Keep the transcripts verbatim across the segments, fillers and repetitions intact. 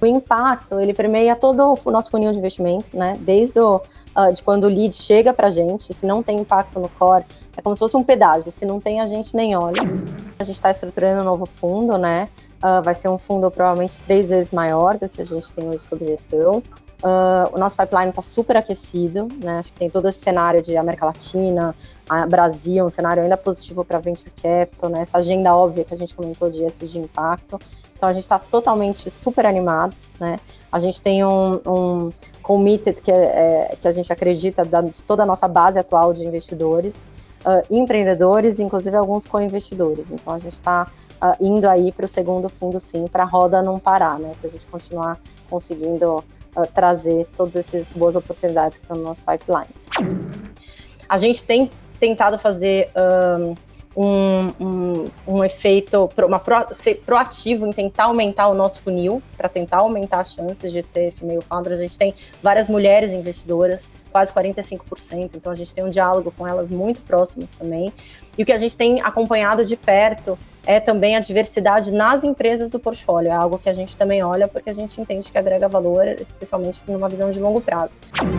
O impacto, ele permeia todo o nosso funil de investimento, né? Desde o, uh, de quando o lead chega para a gente, se não tem impacto no core, é como se fosse um pedágio, se não tem a gente nem olha. A gente está estruturando um novo fundo, né? Uh, vai ser um fundo provavelmente três vezes maior do que a gente tem hoje sob gestão. Uh, o nosso pipeline está super aquecido, né? Acho que tem todo esse cenário de América Latina, Brasil, um cenário ainda positivo para Venture Capital, né? Essa agenda óbvia que a gente comentou de E S G de impacto. Então, a gente está totalmente super animado, né? A gente tem um, um committed que, é, é, que a gente acredita da, de toda a nossa base atual de investidores, uh, empreendedores, inclusive alguns co-investidores. Então, a gente está uh, indo aí para o segundo fundo, sim, para a roda não parar, né? Para a gente continuar conseguindo uh, trazer todas essas boas oportunidades que estão no nosso pipeline. A gente tem tentado fazer um, um, um, um efeito, uma pro, ser proativo em tentar aumentar o nosso funil, para tentar aumentar as chances de ter female founders. A gente tem várias mulheres investidoras, quase quarenta e cinco por cento, então a gente tem um diálogo com elas muito próximos também. E o que a gente tem acompanhado de perto é também a diversidade nas empresas do portfólio, é algo que a gente também olha porque a gente entende que agrega valor, especialmente numa visão de longo prazo.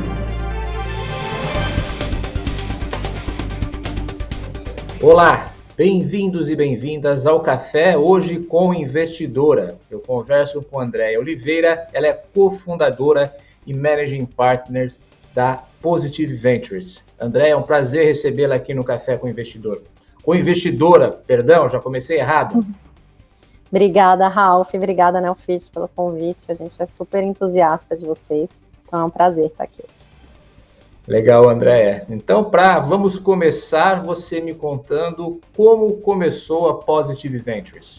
Olá, bem-vindos e bem-vindas ao Café Hoje com Investidora. Eu converso com a Andréia Oliveira, ela é cofundadora e Managing Partner da Positive Ventures. Andréia, é um prazer recebê-la aqui no Café com Investidor. Com Investidora, perdão, já comecei errado. Obrigada, Ralph, obrigada, Nelfit, pelo convite. A gente é super entusiasta de vocês, então é um prazer estar aqui hoje. Legal, Andréia. Então, pra, vamos começar você me contando como começou a Positive Ventures.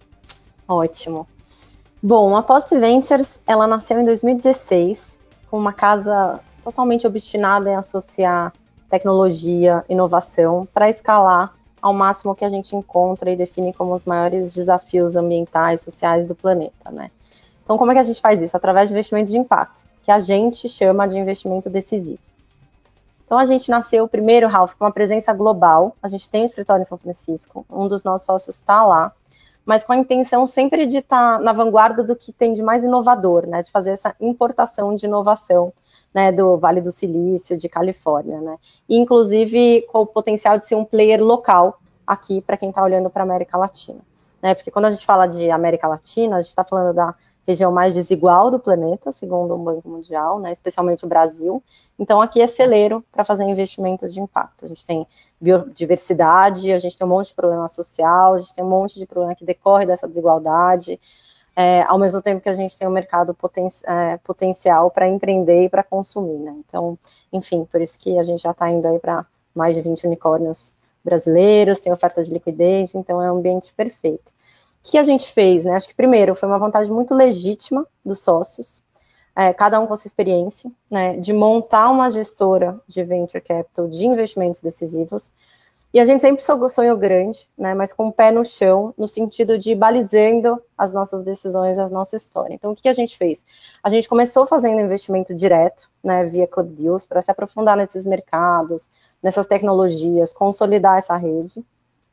Ótimo. Bom, a Positive Ventures, ela nasceu em dois mil e dezesseis, com uma casa totalmente obstinada em associar tecnologia, inovação, para escalar ao máximo o que a gente encontra e define como os maiores desafios ambientais e sociais do planeta, né? Então, como é que a gente faz isso? Através de investimento de impacto, que a gente chama de investimento decisivo. Então, a gente nasceu primeiro, Ralph, com uma presença global. A gente tem um escritório em São Francisco, um dos nossos sócios está lá, mas com a intenção sempre de estar na vanguarda do que tem de mais inovador, né? De fazer essa importação de inovação, né? Do Vale do Silício, de Califórnia, né? E, inclusive, com o potencial de ser um player local aqui para quem está olhando para a América Latina, né? Porque quando a gente fala de América Latina, a gente está falando da região mais desigual do planeta, segundo o Banco Mundial, né, especialmente o Brasil. Então, aqui é celeiro para fazer investimentos de impacto. A gente tem biodiversidade, a gente tem um monte de problema social, a gente tem um monte de problema que decorre dessa desigualdade, é, ao mesmo tempo que a gente tem um mercado poten é, potencial para empreender e para consumir, né? Então, enfim, por isso que a gente já está indo aí para mais de vinte unicórnios brasileiros, tem oferta de liquidez, então é um ambiente perfeito. O que a gente fez, né? Acho que primeiro foi uma vontade muito legítima dos sócios, é, cada um com a sua experiência, né? De montar uma gestora de venture capital, de investimentos decisivos. E a gente sempre sonhou grande, né? Mas com o pé no chão, no sentido de ir balizando as nossas decisões, a nossa história. Então, o que a gente fez? A gente começou fazendo investimento direto, né? Via Club Deals, para se aprofundar nesses mercados, nessas tecnologias, consolidar essa rede.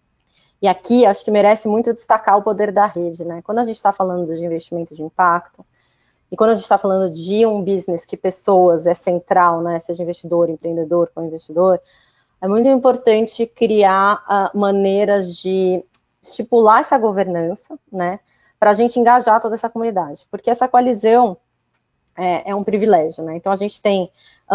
E aqui, acho que merece muito destacar o poder da rede, né? Quando a gente está falando de investimento de impacto, e quando a gente está falando de um business que pessoas é central, né? Seja investidor, empreendedor, co-investidor, é muito importante criar uh, maneiras de estipular essa governança, né? Para a gente engajar toda essa comunidade. Porque essa coalizão é, é um privilégio, né? Então, a gente tem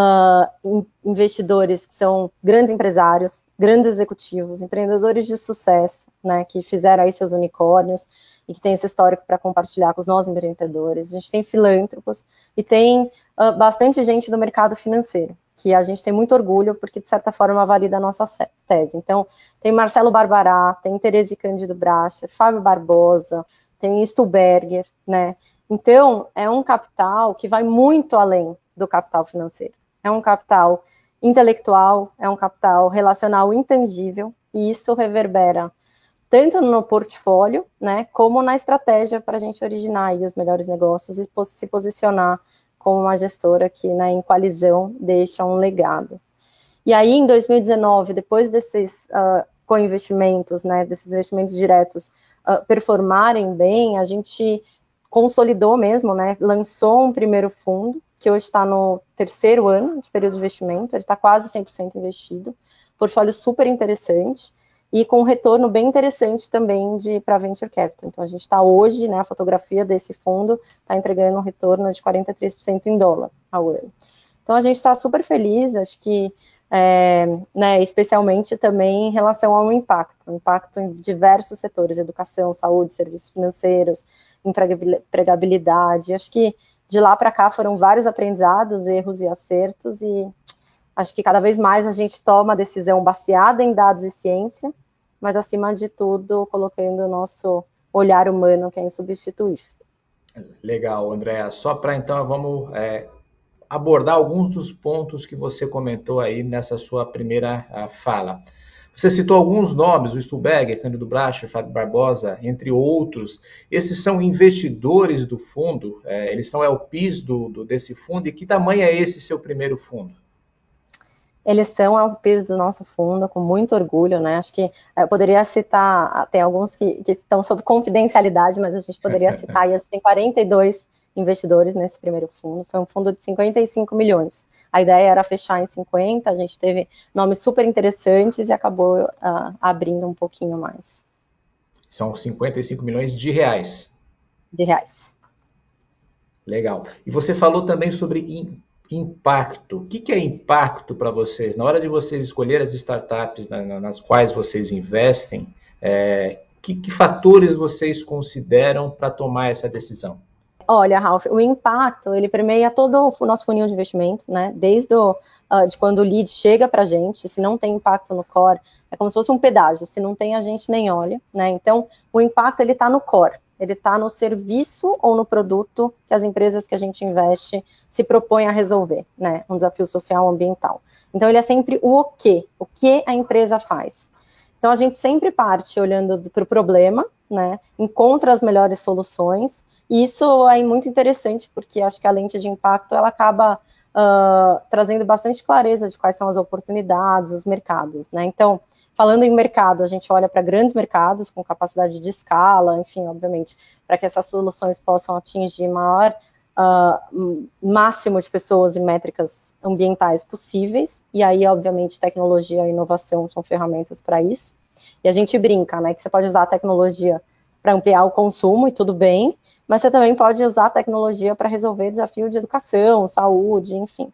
uh, investidores que são grandes empresários, grandes executivos, empreendedores de sucesso, né? Que fizeram aí seus unicórnios e que tem esse histórico para compartilhar com os nossos empreendedores. A gente tem filântropos e tem uh, bastante gente do mercado financeiro, que a gente tem muito orgulho, porque, de certa forma, valida a nossa tese. Então, tem Marcelo Barbará, tem Terezi Cândido Bracher, Fábio Barbosa, tem Stuberger, né? Então, é um capital que vai muito além do capital financeiro. É um capital intelectual, é um capital relacional intangível, e isso reverbera tanto no portfólio, né, como na estratégia para a gente originar aí os melhores negócios e se posicionar como uma gestora que, né, em coalizão, deixa um legado. E aí, em dois mil e dezenove, depois desses uh, co-investimentos, né, desses investimentos diretos uh, performarem bem, a gente consolidou mesmo, né, lançou um primeiro fundo, que hoje está no terceiro ano de período de investimento, ele está quase cem por cento investido, portfólio super interessante, e com um retorno bem interessante também para Venture Capital. Então, a gente está hoje, né, a fotografia desse fundo está entregando um retorno de quarenta e três por cento em dólar ao ano. Então, a gente está super feliz, acho que, é, né, especialmente também em relação ao impacto, impacto em diversos setores, educação, saúde, serviços financeiros, empregabilidade. Acho que de lá para cá foram vários aprendizados, erros e acertos, e acho que cada vez mais a gente toma a decisão baseada em dados e ciência, mas acima de tudo colocando o nosso olhar humano, que é insubstituível. Legal, Andréa. Só para então vamos é, abordar alguns dos pontos que você comentou aí nessa sua primeira uh, fala. Você citou alguns nomes, o Stuhlberger, Cândido Bracher, Fábio Barbosa, entre outros. Esses são investidores do fundo, é, eles são L Ps do, do, desse fundo. E que tamanho é esse seu primeiro fundo? Eles são L Ps do nosso fundo, com muito orgulho, né? Acho que eu poderia citar, tem alguns que, que estão sob confidencialidade, mas a gente poderia citar, e a gente tem quarenta e dois investidores nesse primeiro fundo, foi um fundo de cinquenta e cinco milhões. A ideia era fechar em cinquenta, a gente teve nomes super interessantes e acabou uh, abrindo um pouquinho mais. São cinquenta e cinco milhões de reais. De reais. Legal. E você falou também sobre impacto. O que é impacto para vocês? Na hora de vocês escolher as startups nas quais vocês investem, é, que, que fatores vocês consideram para tomar essa decisão? Olha, Ralph, o impacto, ele permeia todo o nosso funil de investimento, né? Desde o, uh, de quando o lead chega para a gente, se não tem impacto no core, é como se fosse um pedágio, se não tem a gente nem olha, né? Então, o impacto, ele está no core, ele está no serviço ou no produto que as empresas que a gente investe se propõem a resolver, né? Um desafio social, ambiental. Então, ele é sempre o o quê, o que a empresa faz. Então, a gente sempre parte olhando para o problema, né, encontra as melhores soluções, e isso é muito interessante, porque acho que a lente de impacto, ela acaba uh, trazendo bastante clareza de quais são as oportunidades, os mercados, né, então, falando em mercado, a gente olha para grandes mercados, com capacidade de escala, enfim, obviamente, para que essas soluções possam atingir maior uh, máximo de pessoas e métricas ambientais possíveis, e aí, obviamente, tecnologia e inovação são ferramentas para isso. E a gente brinca, né, que você pode usar a tecnologia para ampliar o consumo e tudo bem, mas você também pode usar a tecnologia para resolver desafio de educação, saúde, enfim.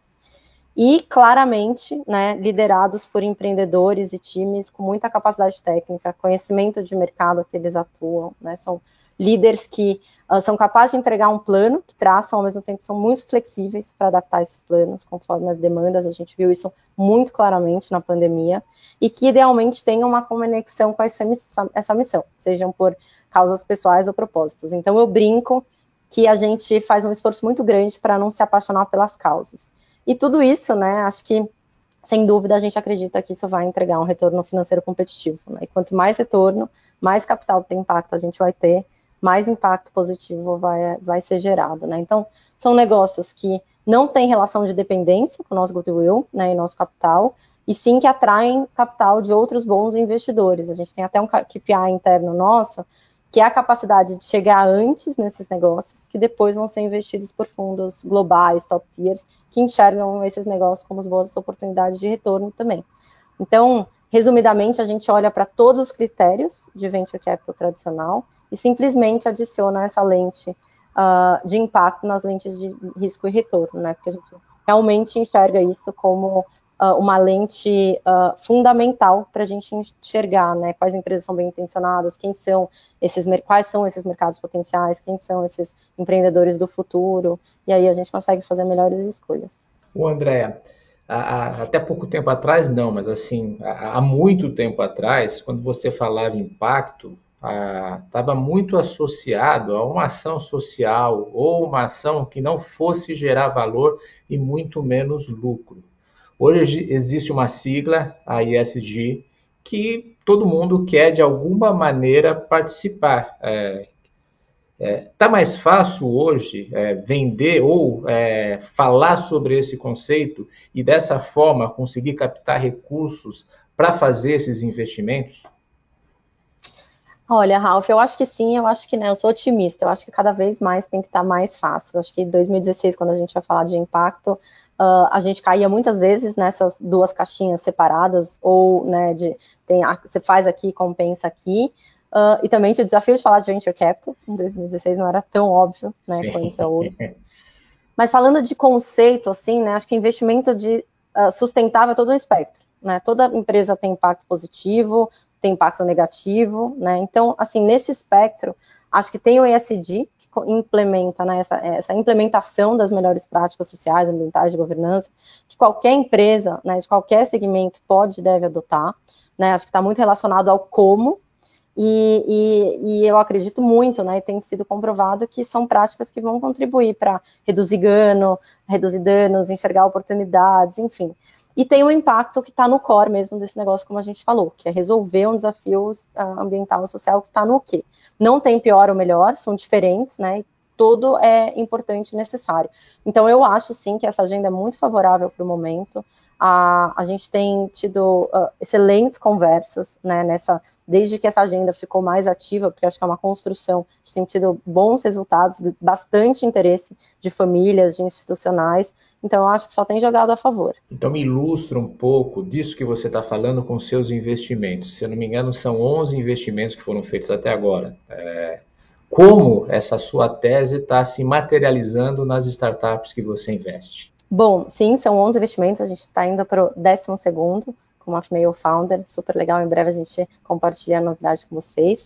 E, claramente, né, liderados por empreendedores e times com muita capacidade técnica, conhecimento de mercado que eles atuam, né, são líderes que uh, são capazes de entregar um plano, que traçam, ao mesmo tempo são muito flexíveis para adaptar esses planos, conforme as demandas, a gente viu isso muito claramente na pandemia, e que idealmente tenham uma conexão com essa missão, essa missão, sejam por causas pessoais ou propósitos. Então, eu brinco que a gente faz um esforço muito grande para não se apaixonar pelas causas. E tudo isso, né, acho que, sem dúvida, a gente acredita que isso vai entregar um retorno financeiro competitivo, né? E quanto mais retorno, mais capital para impacto a gente vai ter, mais impacto positivo vai, vai ser gerado, né? Então, são negócios que não têm relação de dependência com o nosso goodwill, né, e nosso capital, e sim que atraem capital de outros bons investidores. A gente tem até um K P I interno nosso, que é a capacidade de chegar antes nesses negócios, que depois vão ser investidos por fundos globais, top tiers, que enxergam esses negócios como as boas oportunidades de retorno também. Então, resumidamente, a gente olha para todos os critérios de venture capital tradicional e simplesmente adiciona essa lente uh, de impacto nas lentes de risco e retorno, né? Porque a gente realmente enxerga isso como uh, uma lente uh, fundamental para a gente enxergar, né? Quais empresas são bem intencionadas, quem são esses, quais são esses mercados potenciais, quem são esses empreendedores do futuro, e aí a gente consegue fazer melhores escolhas. O Andréa, há, até pouco tempo atrás, não, mas assim, há, há muito tempo atrás, quando você falava impacto, estava muito associado a uma ação social ou uma ação que não fosse gerar valor e muito menos lucro. Hoje existe uma sigla, a E S G, que todo mundo quer de alguma maneira participar. É, é, tá mais fácil hoje é, vender ou é, falar sobre esse conceito e dessa forma conseguir captar recursos para fazer esses investimentos? Olha, Ralph, eu acho que sim, eu acho que, né, eu sou otimista, eu acho que cada vez mais tem que estar mais fácil. Eu acho que em dois mil e dezesseis, quando a gente vai falar de impacto, uh, a gente caía muitas vezes nessas duas caixinhas separadas, ou, né, de, tem, a, você faz aqui, compensa aqui, uh, e também tinha o desafio de falar de Venture Capital, em dois mil e dezesseis não era tão óbvio, né, Sim. quanto é hoje. Mas falando de conceito, assim, né, acho que investimento de uh, sustentável é todo um espectro, né, toda empresa tem impacto positivo, tem impacto negativo, né, então, assim, nesse espectro, acho que tem o E S G, que implementa, né, essa, essa implementação das melhores práticas sociais, ambientais, de governança, que qualquer empresa, né, de qualquer segmento pode e deve adotar, né, acho que está muito relacionado ao como. E, e, e eu acredito muito, né, e tem sido comprovado que são práticas que vão contribuir para reduzir dano, reduzir danos, enxergar oportunidades, enfim. E tem um impacto que está no core mesmo desse negócio, como a gente falou, que é resolver um desafio uh, ambiental e social que está no quê? Não tem pior ou melhor, são diferentes, né, tudo é importante e necessário. Então, eu acho, sim, que essa agenda é muito favorável para o momento. A, a gente tem tido uh, excelentes conversas, né, nessa, desde que essa agenda ficou mais ativa, porque acho que é uma construção, a gente tem tido bons resultados, bastante interesse de famílias, de institucionais, então eu acho que só tem jogado a favor. Então me ilustra um pouco disso que você está falando com seus investimentos. Se eu não me engano, são onze investimentos que foram feitos até agora. É... Como essa sua tese está se materializando nas startups que você investe? Bom, sim, são onze investimentos, a gente está indo para o décimo segundo, como a Female Founder, super legal, em breve a gente compartilha a novidade com vocês.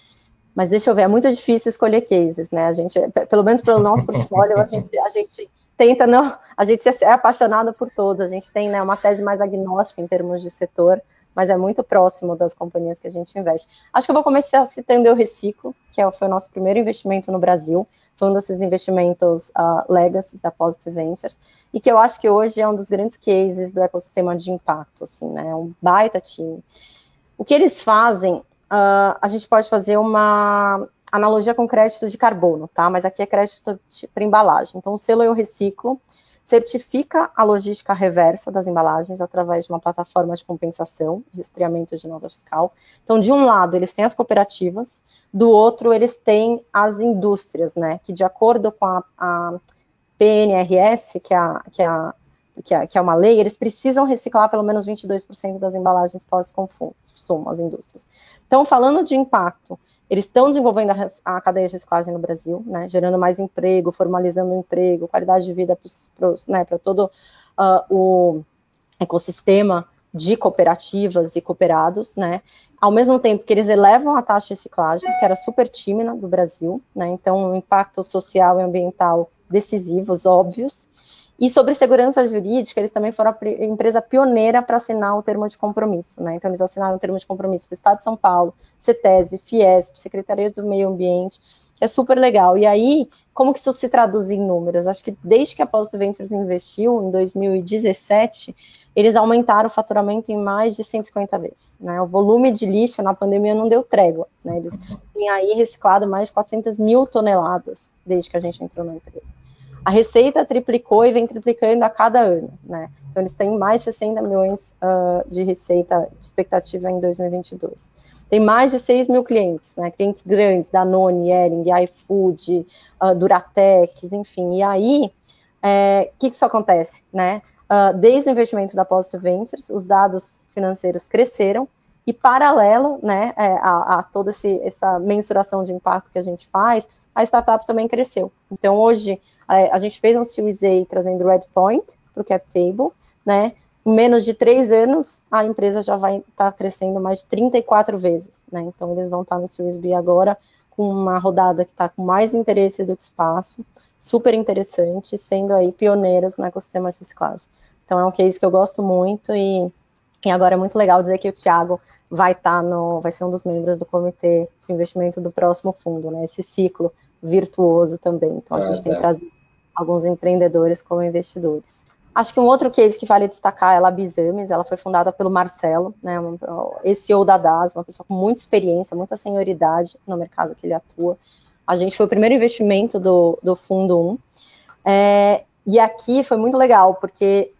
Mas deixa eu ver, é muito difícil escolher cases, né? A gente, pelo menos pelo nosso portfólio, a gente, a gente tenta não, a gente é apaixonado por todos, a gente tem, né, uma tese mais agnóstica em termos de setor, mas é muito próximo das companhias que a gente investe. Acho que eu vou começar citando o Reciclo, que foi o nosso primeiro investimento no Brasil, foi um desses investimentos uh, legacies da Positive Ventures, e que eu acho que hoje é um dos grandes cases do ecossistema de impacto, assim, né? Um baita time. O que eles fazem, uh, a gente pode fazer uma analogia com créditos de carbono, tá? Mas aqui é crédito para embalagem. Então, o selo Eu Reciclo certifica a logística reversa das embalagens através de uma plataforma de compensação, rastreamento de nota fiscal. Então, de um lado, eles têm as cooperativas, do outro, eles têm as indústrias, né? Que, de acordo com a, a P N R S, que é a, que é a Que é, que é uma lei, eles precisam reciclar pelo menos vinte e dois por cento das embalagens pós-consumo, as indústrias. Então, falando de impacto, eles estão desenvolvendo a, a cadeia de reciclagem no Brasil, né, gerando mais emprego, formalizando o emprego, qualidade de vida para né, todo uh, o ecossistema de cooperativas e cooperados, né, ao mesmo tempo que eles elevam a taxa de reciclagem, que era super tímida do Brasil, né, então um impacto social e ambiental decisivos, óbvios. E sobre segurança jurídica, eles também foram a empresa pioneira para assinar o termo de compromisso, né? Então, eles assinaram o termo de compromisso com o Estado de São Paulo, CETESB, Fiesp, Secretaria do Meio Ambiente, que é super legal. E aí, como que isso se traduz em números? Acho que desde que a Positive Ventures investiu, em dois mil e dezessete, eles aumentaram o faturamento em mais de cento e cinquenta vezes, né? O volume de lixo na pandemia não deu trégua, né? Eles têm aí reciclado mais de quatrocentas mil toneladas desde que a gente entrou na empresa. A receita triplicou e vem triplicando a cada ano, né? Então, eles têm mais de sessenta milhões uh, de receita de expectativa em dois mil e vinte e dois. Tem mais de seis mil clientes, né? Clientes grandes, Danone, Hering, iFood, uh, Duratex, enfim. E aí, o é, que, que isso acontece, né? Uh, desde o investimento da Positive Ventures, os dados financeiros cresceram, e paralelo, né, a, a toda esse, essa mensuração de impacto que a gente faz, a startup também cresceu. Então, hoje, a, a gente fez um Series A trazendo Redpoint para o Cap Table, né? Em menos de três anos, a empresa já vai estar tá crescendo mais de trinta e quatro vezes, né? Então, eles vão estar tá no Series B agora, com uma rodada que está com mais interesse do que espaço, super interessante, sendo aí pioneiros no ecossistema de reciclagem. Então, é um case que eu gosto muito e E agora é muito legal dizer que o Thiago vai estar no, vai ser um dos membros do comitê de investimento do próximo fundo, né? Esse ciclo virtuoso também. Então a Ah, gente tem tá. trazido alguns empreendedores como investidores. Acho que um outro case que vale destacar é a Labizames, ela foi fundada pelo Marcelo, né? Esse C E O da D A S, uma pessoa com muita experiência, muita senioridade no mercado que ele atua. A gente foi o primeiro investimento do, do Fundo um. É, e aqui foi muito legal, porque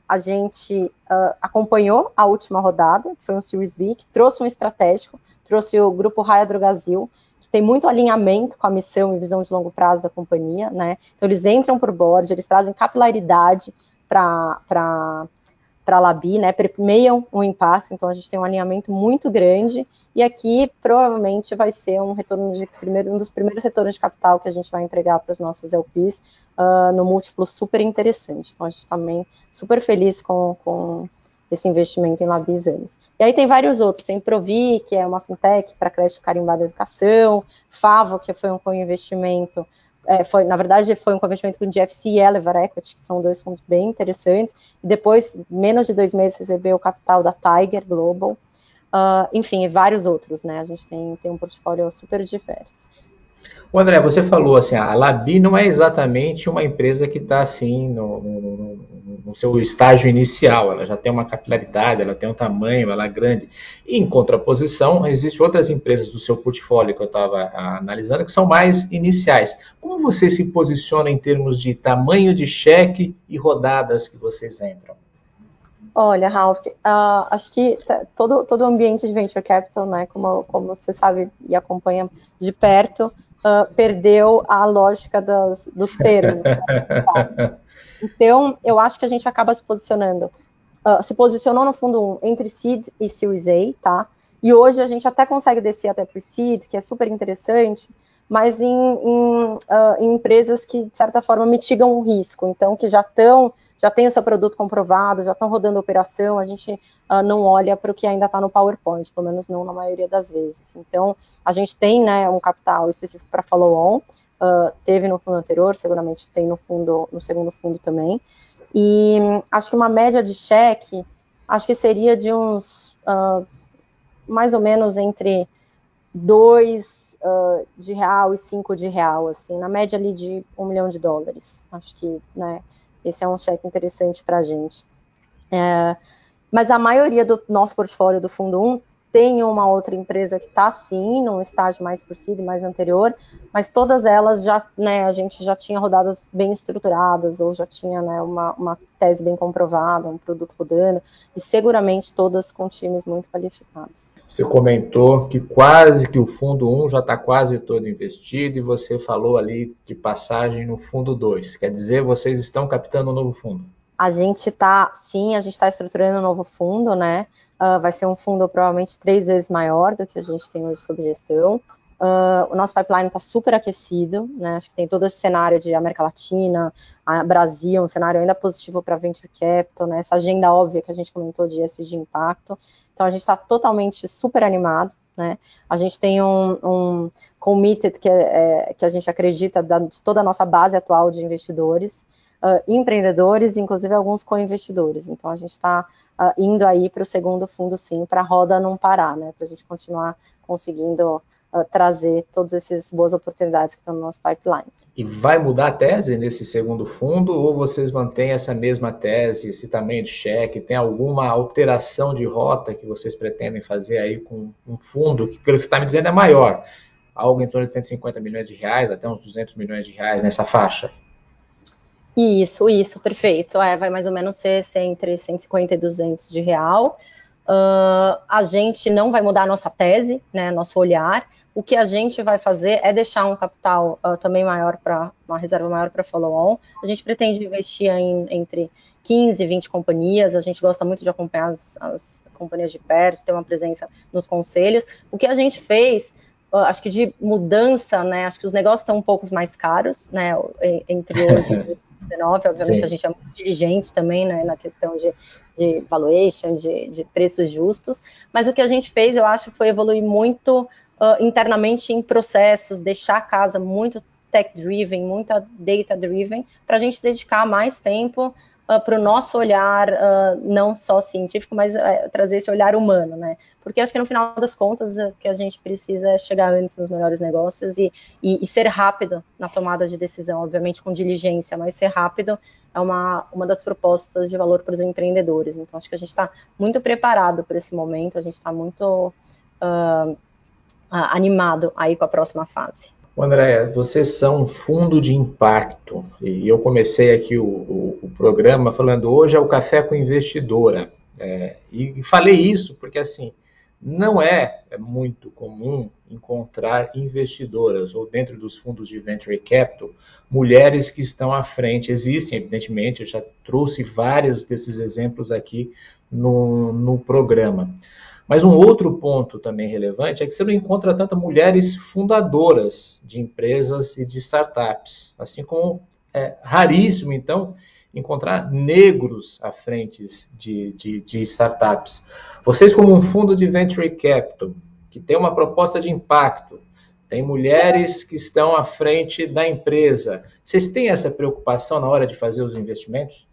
a gente uh, acompanhou a última rodada, que foi um Series B, que trouxe um estratégico, trouxe o grupo Raia Drogasil, que tem muito alinhamento com a missão e visão de longo prazo da companhia, né? Então, eles entram por board, eles trazem capilaridade para para a Labi, né, permeiam o impacto, então a gente tem um alinhamento muito grande, e aqui provavelmente vai ser um retorno de primeiro, um dos primeiros retornos de capital que a gente vai entregar para os nossos L Ps, uh, no múltiplo super interessante, então a gente também super feliz com, com esse investimento em Labi Exames. E aí tem vários outros, tem Provi, que é uma fintech para crédito carimbado da educação, Favo, que foi um co-investimento. É, foi, na verdade, foi um investimento com o G F C e Elevar Equity, que são dois fundos bem interessantes, e depois, menos de dois meses, recebeu o capital da Tiger Global, uh, enfim, e vários outros, né, a gente tem, tem um portfólio super diverso. O André, você falou assim, a Labi não é exatamente uma empresa que está assim no, no, no seu estágio inicial, ela já tem uma capilaridade, ela tem um tamanho, ela é grande. E, em contraposição, existem outras empresas do seu portfólio que eu estava analisando que são mais iniciais. Como você se posiciona em termos de tamanho de cheque e rodadas que vocês entram? Olha, Ralph, uh, acho que todo, todo o ambiente de venture capital, né, como, como você sabe e acompanha de perto, uh, perdeu a lógica dos, dos termos. Né? Então, eu acho que a gente acaba se posicionando, uh, se posicionou no fundo um entre Seed e Series A, tá? E hoje a gente até consegue descer até para o Seed, que é super interessante, mas em, em, uh, em empresas que, de certa forma, mitigam o risco, então, que já estão já tem o seu produto comprovado, já estão rodando a operação, a gente uh, não olha para o que ainda está no PowerPoint, pelo menos não na maioria das vezes. Então, a gente tem, né, um capital específico para follow-on, uh, teve no fundo anterior, seguramente tem no, fundo, no segundo fundo também, e um, acho que uma média de cheque, acho que seria de uns, uh, mais ou menos entre dois uh, de real e cinco de real, assim, na média ali de um milhão de dólares. Acho que, né, esse é um cheque interessante para a gente. É, mas a maioria do nosso portfólio do Fundo um tem uma outra empresa que está, sim, num estágio mais possível, mais anterior, mas todas elas já, né, a gente já tinha rodadas bem estruturadas, ou já tinha, né, uma, uma tese bem comprovada, um produto rodando, e seguramente todas com times muito qualificados. Você comentou que quase que o Fundo um já está quase todo investido, e você falou ali de passagem no Fundo dois, quer dizer, vocês estão captando um novo fundo? A gente está, sim, a gente está estruturando um novo fundo, né? Uh, vai ser um fundo provavelmente três vezes maior do que a gente tem hoje sob gestão. Uh, o nosso pipeline está super aquecido, né? Acho que tem todo esse cenário de América Latina, Brasil, um cenário ainda positivo para Venture Capital, né? Essa agenda óbvia que a gente comentou de E S G de impacto. Então, a gente está totalmente super animado, né? A gente tem um, um committed que, é, é, que a gente acredita da, de toda a nossa base atual de investidores, Uh, empreendedores, inclusive alguns co-investidores. Então, a gente está uh, indo aí para o segundo fundo, sim, para a roda não parar, né? Para a gente continuar conseguindo uh, trazer todas essas boas oportunidades que estão no nosso pipeline. E vai mudar a tese nesse segundo fundo, ou vocês mantêm essa mesma tese, esse tamanho de cheque? Tem alguma alteração de rota que vocês pretendem fazer aí com um fundo que, pelo que você está me dizendo, é maior? Algo em torno de cento e cinquenta milhões de reais, até uns duzentos milhões de reais nessa faixa? Isso, isso, perfeito. É, vai mais ou menos ser, ser entre cento e cinquenta e duzentos de real. Uh, a gente não vai mudar a nossa tese, né, nosso olhar. O que a gente vai fazer é deixar um capital uh, também maior para, uma reserva maior para follow-on. A gente pretende investir em, entre quinze e vinte companhias. A gente gosta muito de acompanhar as, as companhias de perto, ter uma presença nos conselhos. O que a gente fez, uh, acho que de mudança, né, acho que os negócios estão um pouco mais caros, né, entre hoje e dezenove, obviamente. Sim. A gente é muito diligente também, né, na questão de, de valuation, de, de preços justos, mas o que a gente fez, eu acho, foi evoluir muito uh, internamente em processos, deixar a casa muito tech-driven, muito data-driven, para a gente dedicar mais tempo uh, para o nosso olhar, uh, não só científico, mas uh, trazer esse olhar humano, né, porque acho que no final das contas, o que a gente precisa é chegar antes nos melhores negócios e, e, e ser rápido na tomada de decisão, obviamente com diligência, mas ser rápido é uma, uma das propostas de valor para os empreendedores. Então, acho que a gente está muito preparado para esse momento, a gente está muito uh, uh, animado aí com a próxima fase. André, vocês são um fundo de impacto e eu comecei aqui o, o, o programa falando hoje é o Café com Investidora. É, e falei isso porque assim não é muito comum encontrar investidoras ou dentro dos fundos de venture capital mulheres que estão à frente. Existem, evidentemente, eu já trouxe vários desses exemplos aqui no, no programa. Mas um outro ponto também relevante é que você não encontra tantas mulheres fundadoras de empresas e de startups, assim como é raríssimo, então, encontrar negros à frente de, de, de startups. Vocês, como um fundo de venture capital, que tem uma proposta de impacto, tem mulheres que estão à frente da empresa, vocês têm essa preocupação na hora de fazer os investimentos?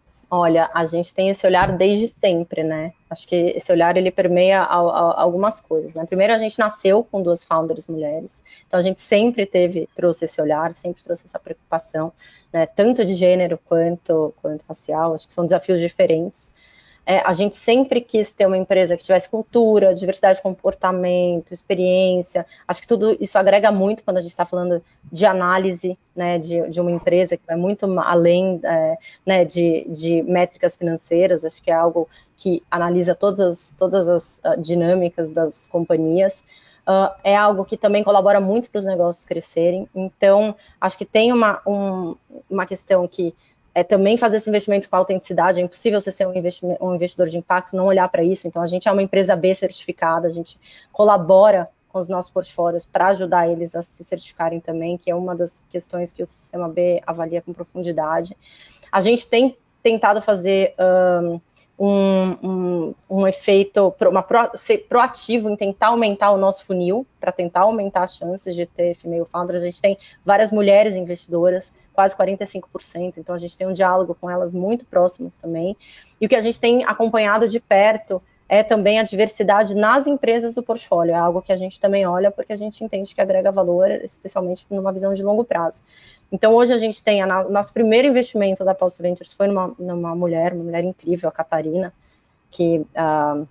Olha, a gente tem esse olhar desde sempre, né? Acho que esse olhar, ele permeia a, a, algumas coisas, né? Primeiro, a gente nasceu com duas founders mulheres, então a gente sempre teve, trouxe esse olhar, sempre trouxe essa preocupação, né? Tanto de gênero quanto, quanto racial, acho que são desafios diferentes. É, a gente sempre quis ter uma empresa que tivesse cultura, diversidade de comportamento, experiência. Acho que tudo isso agrega muito quando a gente está falando de análise, né, de, de uma empresa que vai muito além é, né, de, de métricas financeiras. Acho que é algo que analisa todas, todas as uh, dinâmicas das companhias. Uh, é algo que também colabora muito para os negócios crescerem. Então, acho que tem uma, um, uma questão que é também fazer esse investimento com autenticidade. É impossível você ser um, um investidor de impacto, não olhar para isso. Então, a gente é uma empresa B certificada, a gente colabora com os nossos portfólios para ajudar eles a se certificarem também, que é uma das questões que o Sistema B avalia com profundidade. A gente tem tentado fazer um, um, um, um efeito, uma pro, ser proativo em tentar aumentar o nosso funil, para tentar aumentar as chances de ter female founders. A gente tem várias mulheres investidoras, quase quarenta e cinco por cento, então a gente tem um diálogo com elas muito próximos também. E o que a gente tem acompanhado de perto é também a diversidade nas empresas do portfólio. É algo que a gente também olha porque a gente entende que agrega valor, especialmente numa visão de longo prazo. Então, hoje a gente tem, o nosso primeiro investimento da Pulse Ventures foi numa, numa mulher, uma mulher incrível, a Catarina, que uh,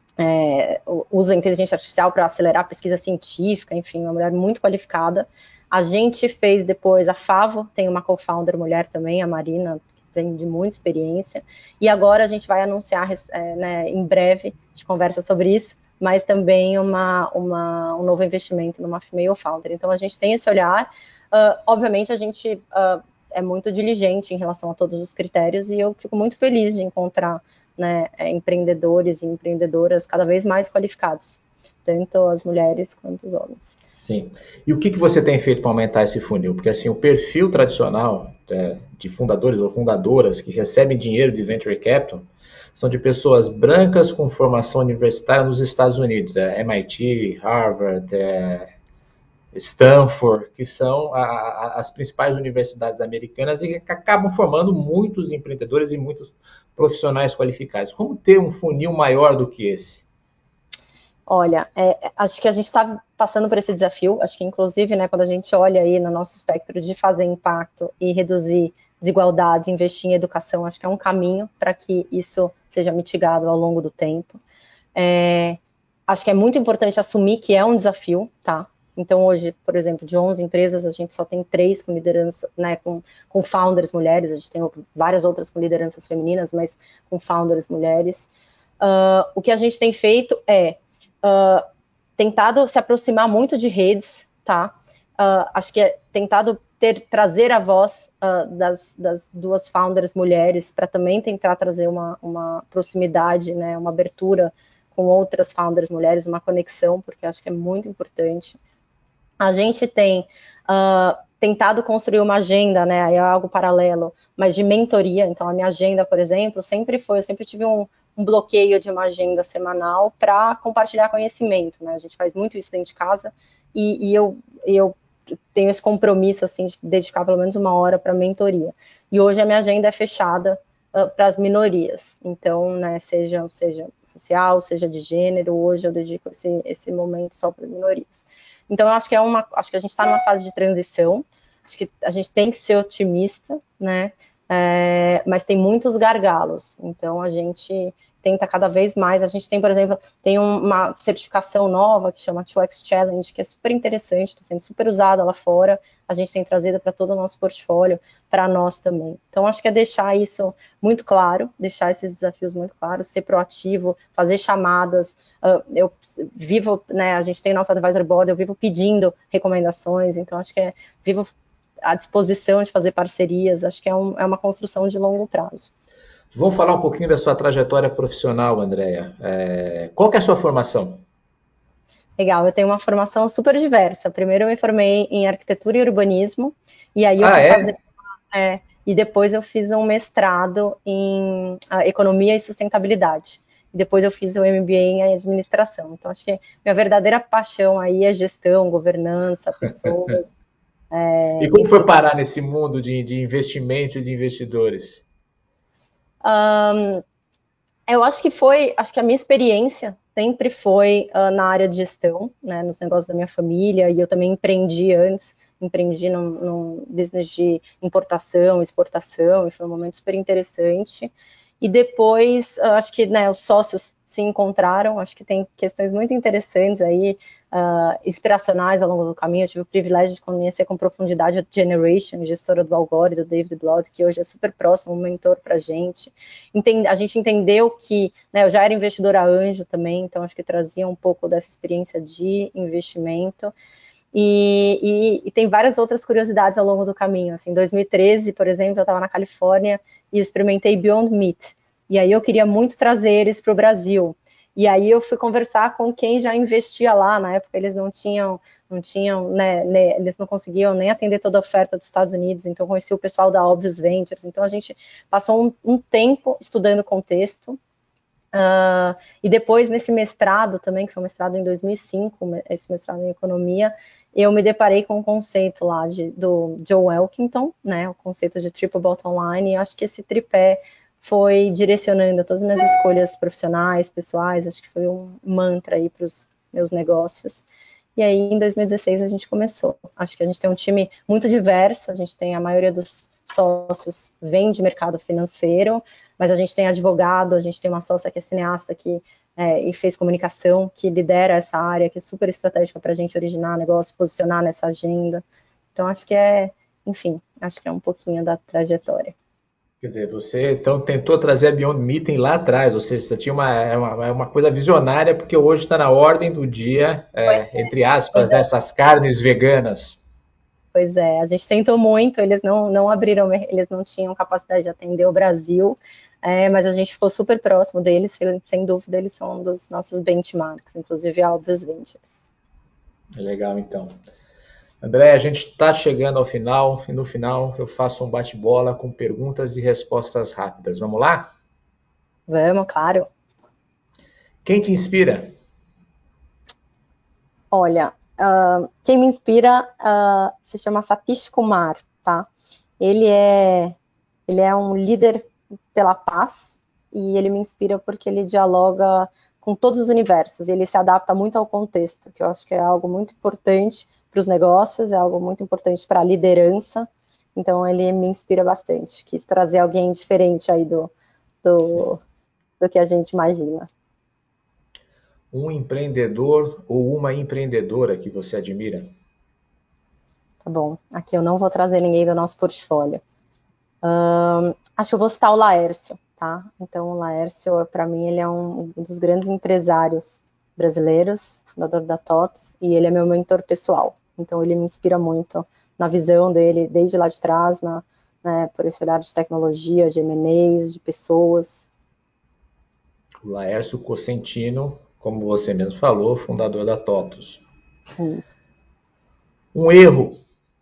é, usa a inteligência artificial para acelerar a pesquisa científica, enfim, uma mulher muito qualificada. A gente fez depois, a Favo tem uma co-founder mulher também, a Marina, que tem de muita experiência, e agora a gente vai anunciar, é, né, em breve, a gente conversa sobre isso, mas também uma, uma, um novo investimento numa female founder. Então, a gente tem esse olhar. Uh, obviamente, a gente uh, é muito diligente em relação a todos os critérios e eu fico muito feliz de encontrar, né, empreendedores e empreendedoras cada vez mais qualificados, tanto as mulheres quanto os homens. Sim. E o que, que você tem feito para aumentar esse funil? Porque assim, o perfil tradicional é, de fundadores ou fundadoras que recebem dinheiro de venture capital são de pessoas brancas com formação universitária nos Estados Unidos, é, M I T, Harvard, é, Stanford, que são a, a, as principais universidades americanas e que acabam formando muitos empreendedores e muitos profissionais qualificados. Como ter um funil maior do que esse? Olha, é, acho que a gente está passando por esse desafio. Acho que, inclusive, né, quando a gente olha aí no nosso espectro de fazer impacto e reduzir desigualdades, investir em educação, acho que é um caminho para que isso seja mitigado ao longo do tempo. É, acho que é muito importante assumir que é um desafio, tá? Então, hoje, por exemplo, de onze empresas, a gente só tem três com liderança, né, com, com founders mulheres, a gente tem várias outras com lideranças femininas, mas com founders mulheres. Uh, o que a gente tem feito é uh, tentado se aproximar muito de redes, tá? Uh, acho que é tentado ter, trazer a voz uh, das, das duas founders mulheres para também tentar trazer uma, uma proximidade, né, uma abertura com outras founders mulheres, uma conexão, porque acho que é muito importante. A gente tem uh, tentado construir uma agenda, né, aí é algo paralelo, mas de mentoria. Então, a minha agenda, por exemplo, sempre foi, eu sempre tive um, um bloqueio de uma agenda semanal para compartilhar conhecimento, né? A gente faz muito isso dentro de casa e, e eu, eu tenho esse compromisso, assim, de dedicar pelo menos uma hora para mentoria. E hoje a minha agenda é fechada uh, para as minorias. Então, né, seja, seja racial, seja de gênero, hoje eu dedico esse, esse momento só para as minorias. Então, eu acho que é uma, acho que a gente está numa fase de transição, acho que a gente tem que ser otimista, né? É, mas tem muitos gargalos. Então, a gente tenta cada vez mais. A gente tem, por exemplo, tem uma certificação nova que chama two X Challenge, que é super interessante, está sendo super usada lá fora. A gente tem trazido para todo o nosso portfólio, para nós também. Então, acho que é deixar isso muito claro, deixar esses desafios muito claros, ser proativo, fazer chamadas. Uh, eu vivo, né, a gente tem nosso advisory board, eu vivo pedindo recomendações, então acho que é, vivo à disposição de fazer parcerias, acho que é, um, é uma construção de longo prazo. Vamos falar um pouquinho da sua trajetória profissional, Andréia. É, qual que é a sua formação? Legal, eu tenho uma formação super diversa. Primeiro eu me formei em arquitetura e urbanismo, e aí eu Ah, fui é? fazer... É, e depois eu fiz um mestrado em uh, economia e sustentabilidade. E depois eu fiz o M B A em administração. Então, acho que minha verdadeira paixão aí é gestão, governança, pessoas. E É, como foi enfim, parar nesse mundo de, de investimento e de investidores? Um, eu acho que foi, acho que a minha experiência sempre foi uh, na área de gestão, né, nos negócios da minha família, e eu também empreendi antes, empreendi num, num business de importação, exportação, e foi um momento super interessante. E depois, uh, acho que, né, os sócios se encontraram, acho que tem questões muito interessantes aí, uh, inspiracionais ao longo do caminho. Eu tive o privilégio de conhecer com profundidade a Generation, gestora do Algore, do David Blood, que hoje é super próximo, um mentor para a gente. Entende, a gente entendeu que, né, eu já era investidora anjo também, então acho que trazia um pouco dessa experiência de investimento. E, e, e tem várias outras curiosidades ao longo do caminho. Assim, em dois mil e treze, por exemplo, eu estava na Califórnia e experimentei Beyond Meat. E aí eu queria muito trazer eles para o Brasil. E aí eu fui conversar com quem já investia lá. Na época eles não tinham, não tinham, né, né, eles não conseguiam nem atender toda a oferta dos Estados Unidos. Então conheci o pessoal da Obvious Ventures. Então a gente passou um, um tempo estudando o contexto. Uh, e depois, nesse mestrado também, que foi um mestrado em dois mil e cinco, esse mestrado em economia, eu me deparei com o conceito lá de, do Joe Elkington, né, o conceito de triple bottom line, e acho que esse tripé foi direcionando todas as minhas escolhas profissionais, pessoais, acho que foi um mantra aí para os meus negócios. E aí, em dois mil e dezesseis, a gente começou. Acho que a gente tem um time muito diverso, a gente tem a maioria dos sócios vem de mercado financeiro, mas a gente tem advogado, a gente tem uma sócia que é cineasta que, é, e fez comunicação, que lidera essa área, que é super estratégica para a gente originar negócio, posicionar nessa agenda. Então, acho que é, enfim, acho que é um pouquinho da trajetória. Quer dizer, você então tentou trazer a Beyond Meat lá atrás, ou seja, você tinha uma, é uma, é uma coisa visionária, porque hoje está na ordem do dia, Pois é, é, entre aspas, pois né, é. essas carnes veganas. Pois é, a gente tentou muito, eles não, não abriram, eles não tinham capacidade de atender o Brasil, é, mas a gente ficou super próximo deles, sem dúvida eles são um dos nossos benchmarks, inclusive a Obvious Ventures. Legal, então. André, a gente está chegando ao final, e no final eu faço um bate-bola com perguntas e respostas rápidas. Vamos lá? Vamos, claro. Quem te inspira? Olha, uh, quem me inspira uh, se chama Satish Kumar, tá? Ele é, ele é um líder pela paz e ele me inspira porque ele dialoga com todos os universos e ele se adapta muito ao contexto, que eu acho que é algo muito importante para os negócios, é algo muito importante para a liderança. Então ele me inspira bastante. Quis trazer alguém diferente aí do, do, do que a gente imagina. Um empreendedor ou uma empreendedora que você admira? Tá bom, aqui eu não vou trazer ninguém do nosso portfólio. Um, acho que eu vou citar o Laércio, tá? Então, o Laércio, para mim, ele é um, um dos grandes empresários brasileiros, fundador da T O T S, e ele é meu mentor pessoal. Então, ele me inspira muito na visão dele, desde lá de trás, na, né, por esse olhar de tecnologia, de M and As, de pessoas. O Laércio Cosentino, como você mesmo falou, fundador da TOTUS. Isso. Um erro.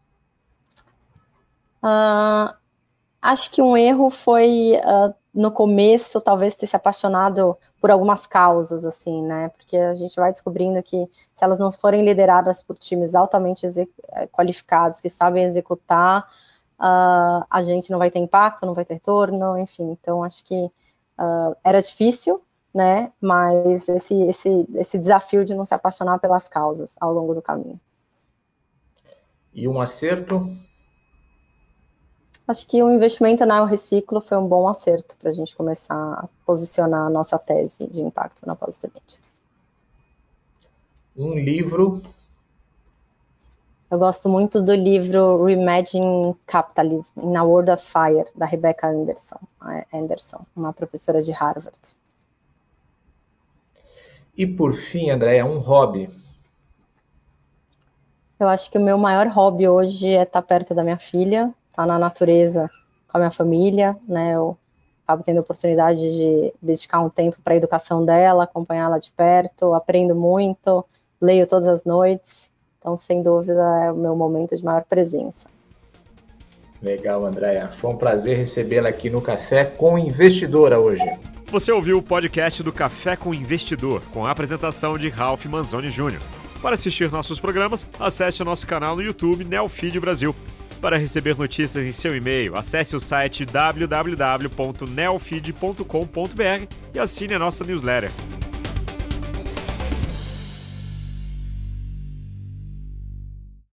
Uh, Acho que um erro foi, uh, no começo, talvez ter se apaixonado por algumas causas, assim, né? Porque a gente vai descobrindo que se elas não forem lideradas por times altamente qualificados, que sabem executar, uh, a gente não vai ter impacto, não vai ter retorno, enfim. Então, acho que uh, era difícil, né? Mas esse, esse, esse desafio de não se apaixonar pelas causas ao longo do caminho. E um acerto. Acho que o investimento na Eu Reciclo foi um bom acerto para a gente começar a posicionar a nossa tese de impacto na Positive Ventures. Um livro... Eu gosto muito do livro Reimagining Capitalism in a World of Fire, da Rebecca Anderson, Anderson, uma professora de Harvard. E por fim, Andréia, um hobby. Eu acho que o meu maior hobby hoje é estar perto da minha filha, estar na natureza com a minha família, né? Eu acabo tendo a oportunidade de dedicar um tempo para a educação dela, acompanhá-la de perto, aprendo muito, leio todas as noites, então, sem dúvida, é o meu momento de maior presença. Legal, Andréia. Foi um prazer recebê-la aqui no Café com Investidora hoje. Você ouviu o podcast do Café com Investidor, com a apresentação de Ralph Manzoni Júnior Para assistir nossos programas, acesse o nosso canal no YouTube Neofeed Brasil. Para receber notícias em seu e-mail, acesse o site w w w ponto neofeed ponto com ponto b r e assine a nossa newsletter.